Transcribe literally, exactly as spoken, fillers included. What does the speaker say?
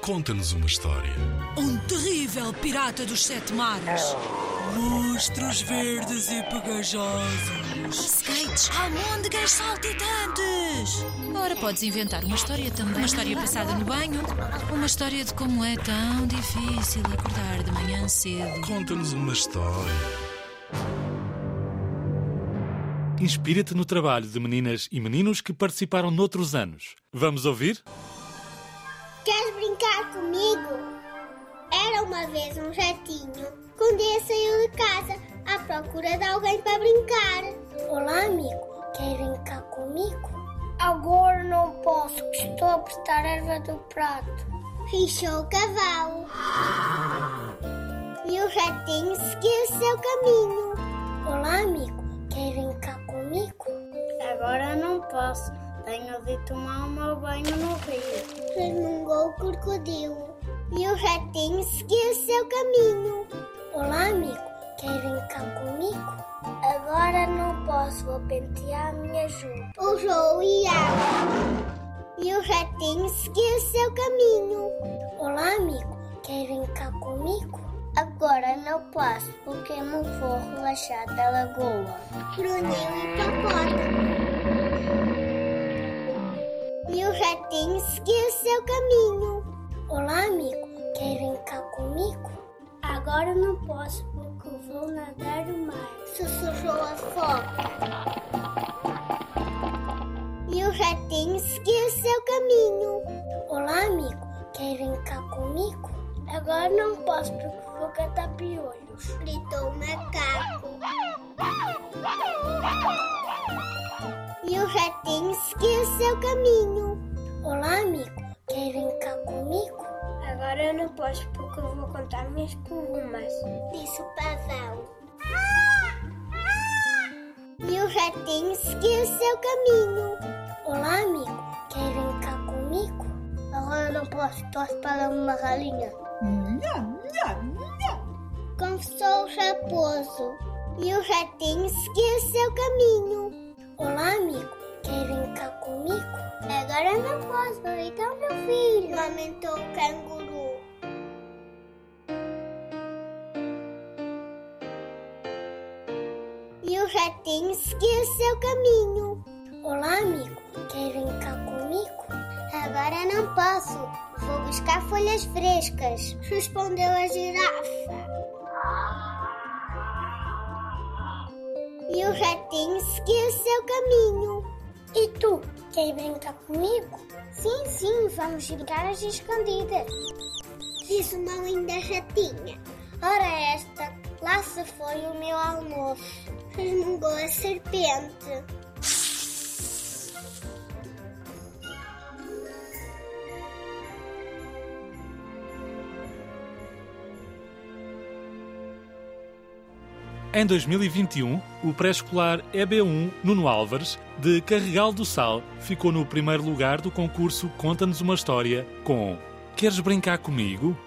Conta-nos uma história. Um terrível pirata dos sete mares. Monstros verdes e pegajosos. Skates, almôndegas saltitantes. Ora, podes inventar uma história também. Uma história passada no banho. Uma história de como é tão difícil acordar de manhã cedo. Conta-nos uma história. Inspira-te no trabalho de meninas e meninos que participaram noutros anos. Vamos ouvir? Queres brincar comigo? Era uma vez um jatinho que um dia saiu de casa à procura de alguém para brincar. Olá, amigo. Quer brincar comigo? Agora não posso, que estou a apertar a erva do prato. Fichou o cavalo. E o ratinho seguiu o seu caminho. Olá, amigo. Quer brincar comigo? Agora não posso. Tenho de tomar o meu banho no rio. Resmungou o crocodilo. E o ratinho seguiu o seu caminho. Olá, amigo. Quer brincar comigo? Agora não posso. Vou pentear a minha juba. Usou o iago. E o ratinho seguiu o seu caminho. Olá, amigo. Quer brincar comigo? Agora não posso, porque me vou relaxar da lagoa. Bruninho e Hipopótamo. E o ratinho seguiu o seu caminho. Olá, amigo. Quer brincar comigo? Agora não posso, porque vou nadar no mar. Sussurrou a foca. E o ratinho seguiu o seu caminho. Olá, amigo. Quer brincar comigo? Agora não posso, porque vou catar piolhos. Gritou o macaco. E o ratinho seguiu o seu caminho. Olá, amigo. Quer brincar comigo? Agora eu não posso, porque eu vou contar minhas plumas. Disse o pavão. E o ratinho seguiu o seu caminho. Olá, amigo. Quer brincar comigo? Agora eu não posso, torce para uma galinha. Confessou o raposo. E o ratinho seguiu o seu caminho. Olá, amigo. Quer brincar comigo? Agora não posso, então meu filho, lamentou o canguru. E o ratinho seguiu o seu caminho. Olá, amigo. Quer brincar comigo? Agora não posso, vou buscar folhas frescas, respondeu a girafa. E o ratinho seguiu o seu caminho. E tu, quer brincar comigo? Sim, sim, vamos brincar às escondidas, disse uma linda ratinha. Ora esta, lá se foi o meu almoço, resmungou a serpente. Em dois mil e vinte e um, o pré-escolar E B um Nuno Álvares, de Carregal do Sal, ficou no primeiro lugar do concurso Conta-nos uma História com Queres brincar comigo?